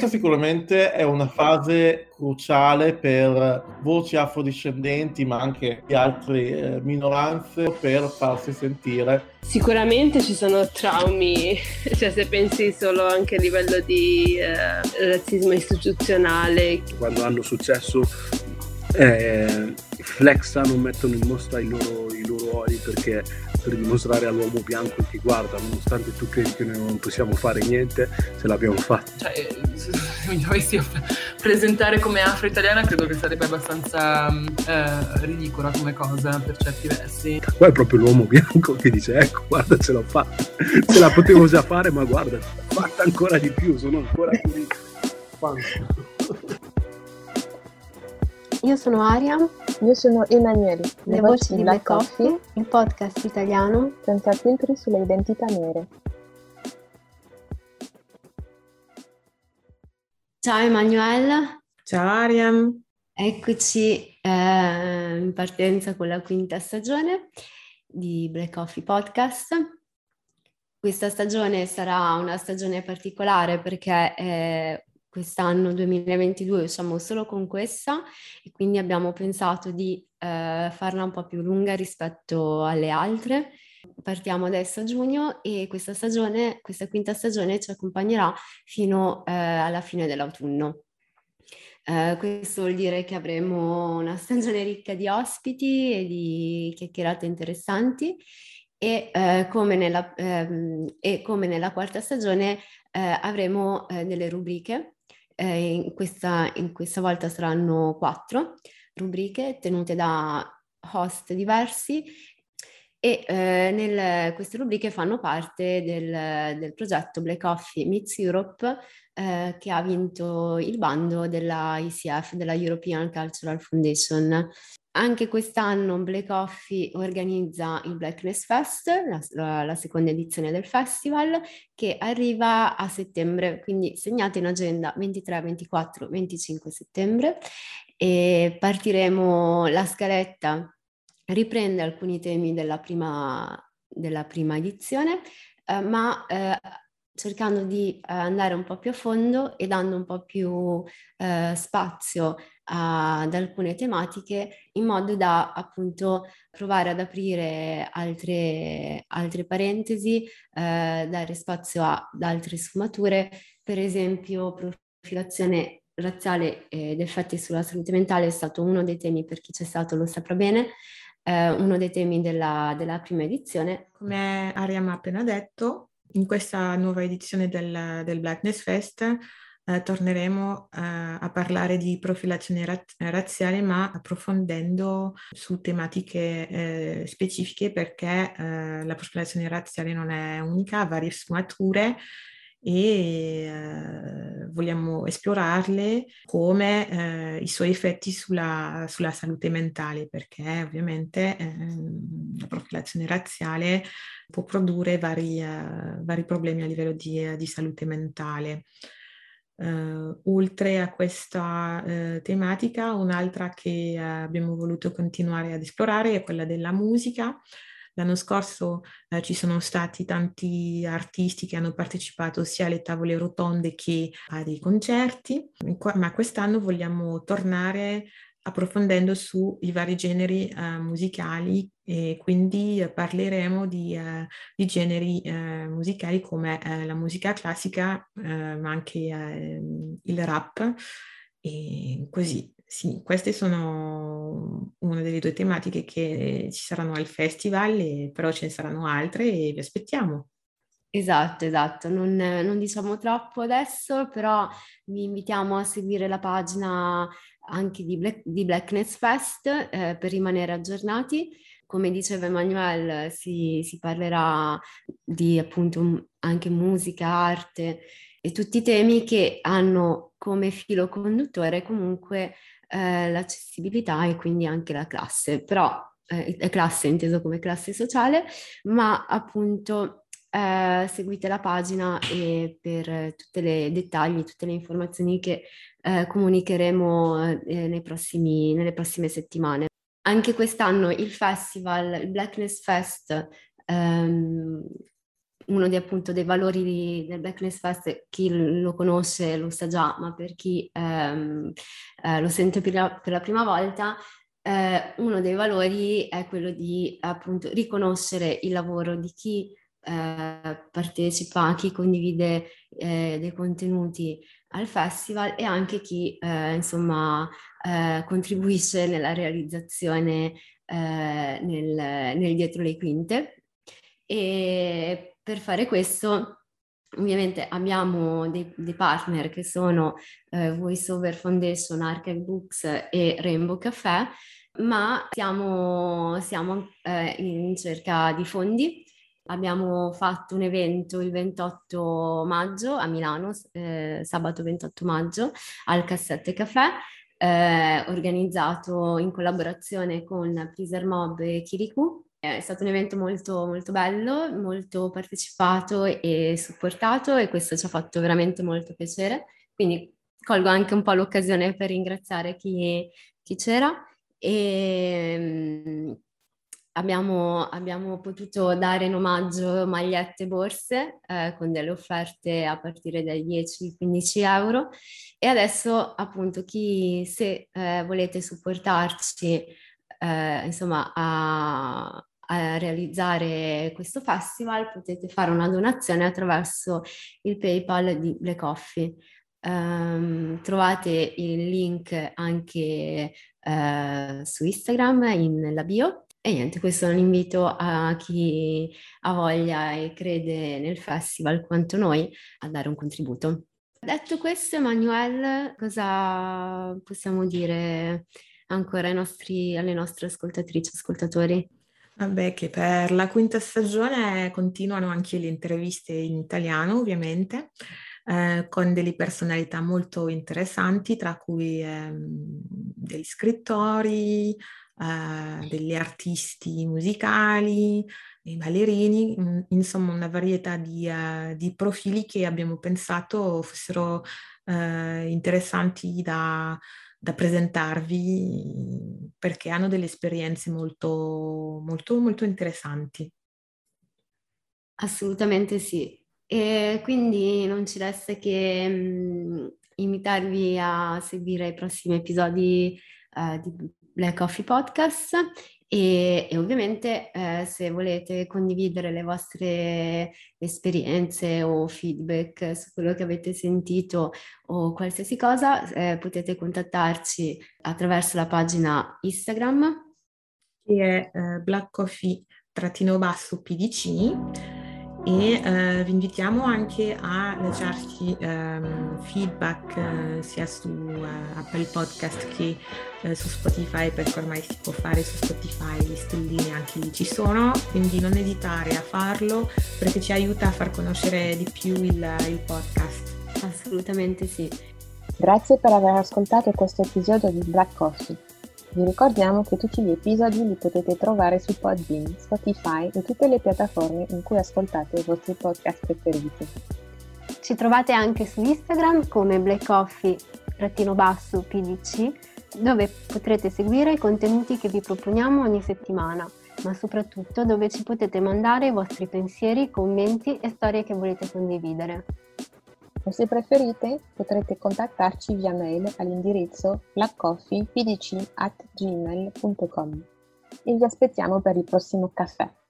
Questa sicuramente è una fase cruciale per voci afrodiscendenti, ma anche di altre minoranze, per farsi sentire. Sicuramente ci sono traumi, cioè se pensi solo anche a livello di razzismo istituzionale. Quando hanno successo flexano, mettono in mostra i loro ori per dimostrare all'uomo bianco che guarda, nonostante tu credi che noi non possiamo fare niente, ce l'abbiamo fatta. Cioè, se mi dovessi presentare come afro-italiana credo che sarebbe abbastanza ridicola come cosa per certi versi. Poi è proprio l'uomo bianco che dice ecco guarda ce l'ho fatta, ce la potevo già fare ma guarda, fatta ancora di più, sono ancora più Io sono Aria. Io sono Emanuele. Le voci di Black Coffee, il podcast italiano senza filtri sulle identità nere. Ciao Emanuele. Ciao Aria. Eccoci in partenza con la quinta stagione di Black Coffee Podcast. Questa stagione sarà una stagione particolare perché quest'anno 2022 usciamo solo con questa e quindi abbiamo pensato di farla un po' più lunga rispetto alle altre. Partiamo adesso a giugno e questa quinta stagione ci accompagnerà fino alla fine dell'autunno. Questo vuol dire che avremo una stagione ricca di ospiti e di chiacchierate interessanti e come nella quarta stagione avremo delle rubriche. In questa volta saranno 4 rubriche tenute da host diversi e queste rubriche fanno parte del progetto Black Coffee Meets Europe che ha vinto il bando della ECF, della European Cultural Foundation. Anche quest'anno Black Coffee organizza il Blackness Fest, la seconda edizione del festival, che arriva a settembre, quindi segnate in agenda 23, 24, 25 settembre e partiremo, la scaletta riprende alcuni temi della prima edizione, ma cercando di andare un po' più a fondo e dando un po' più spazio ad alcune tematiche in modo da appunto provare ad aprire altre parentesi, dare spazio ad altre sfumature, per esempio profilazione razziale ed effetti sulla salute mentale è stato uno dei temi, per chi c'è stato lo saprà bene, uno dei temi della prima edizione. Come Aria mi ha appena detto, in questa nuova edizione del Blackness Fest torneremo a parlare di profilazione razziale, ma approfondendo su tematiche specifiche perché la profilazione razziale non è unica, ha varie sfumature e vogliamo esplorarle come i suoi effetti sulla salute mentale, perché ovviamente la profilazione razziale può produrre vari problemi a livello di salute mentale. Oltre a questa tematica, un'altra che abbiamo voluto continuare ad esplorare è quella della musica. L'anno scorso ci sono stati tanti artisti che hanno partecipato sia alle tavole rotonde che a dei concerti, ma quest'anno vogliamo tornare approfondendo sui vari generi musicali e quindi parleremo di generi musicali come la musica classica, ma anche il rap e così. Sì, queste sono una delle 2 tematiche che ci saranno al festival, però ce ne saranno altre e vi aspettiamo. Esatto, non diciamo troppo adesso, però vi invitiamo a seguire la pagina anche di Blackness Fest per rimanere aggiornati. Come diceva Emanuele, si parlerà di appunto anche musica, arte e tutti i temi che hanno come filo conduttore comunque l'accessibilità e quindi anche la classe, però la classe inteso come classe sociale, ma appunto seguite la pagina e per tutti i dettagli, tutte le informazioni che comunicheremo nelle prossime settimane. Anche quest'anno il festival, il Blackness Fest, uno appunto dei valori del Blackness Fest, chi lo conosce lo sa già, ma per chi lo sente per la prima volta, uno dei valori è quello di appunto riconoscere il lavoro di chi partecipa, chi condivide dei contenuti al festival e anche chi insomma contribuisce nella realizzazione nel dietro le quinte. E per fare questo ovviamente abbiamo dei partner che sono Voice Over Foundation, Archive Books e Rainbow Café, ma siamo in cerca di fondi. Abbiamo fatto un evento il 28 maggio a Milano, sabato 28 maggio, al Cassette Café, organizzato in collaborazione con Pleaser Mob e Kirikou. È stato un evento molto, molto bello, molto partecipato e supportato, e questo ci ha fatto veramente molto piacere. Quindi colgo anche un po' l'occasione per ringraziare chi c'era. E abbiamo potuto dare in omaggio magliette e borse con delle offerte a partire dai 10-15 euro. E adesso appunto se volete supportarci insomma a realizzare questo festival, potete fare una donazione attraverso il PayPal di Black Coffee. Trovate il link anche su Instagram nella bio. E niente, questo è un invito a chi ha voglia e crede nel festival quanto noi a dare un contributo. Detto questo, Emanuele, cosa possiamo dire ancora alle nostre ascoltatrici e ascoltatori? Vabbè, che per la quinta stagione continuano anche le interviste in italiano, ovviamente, con delle personalità molto interessanti, tra cui degli scrittori, degli artisti musicali, dei ballerini, insomma una varietà di profili che abbiamo pensato fossero interessanti da presentarvi, perché hanno delle esperienze molto, molto, molto interessanti. Assolutamente sì. E quindi non ci resta che invitarvi a seguire i prossimi episodi di Black Coffee Podcast e ovviamente se volete condividere le vostre esperienze o feedback su quello che avete sentito o qualsiasi cosa, potete contattarci attraverso la pagina Instagram, che è Black Coffee_PDC, e vi invitiamo anche a lasciarci feedback sia su Apple Podcast che su Spotify, perché ormai si può fare su Spotify, le stelline anche lì ci sono, quindi non esitare a farlo perché ci aiuta a far conoscere di più il podcast. Assolutamente sì. Grazie per aver ascoltato questo episodio di Black Coffee. Vi ricordiamo che tutti gli episodi li potete trovare su Podbean, Spotify e tutte le piattaforme in cui ascoltate i vostri podcast preferiti. Ci trovate anche su Instagram come blackcoffee_PDC, dove potrete seguire i contenuti che vi proponiamo ogni settimana, ma soprattutto dove ci potete mandare i vostri pensieri, commenti e storie che volete condividere. O se preferite, potrete contattarci via mail all'indirizzo blackcoffeepdc@gmail.com e vi aspettiamo per il prossimo caffè.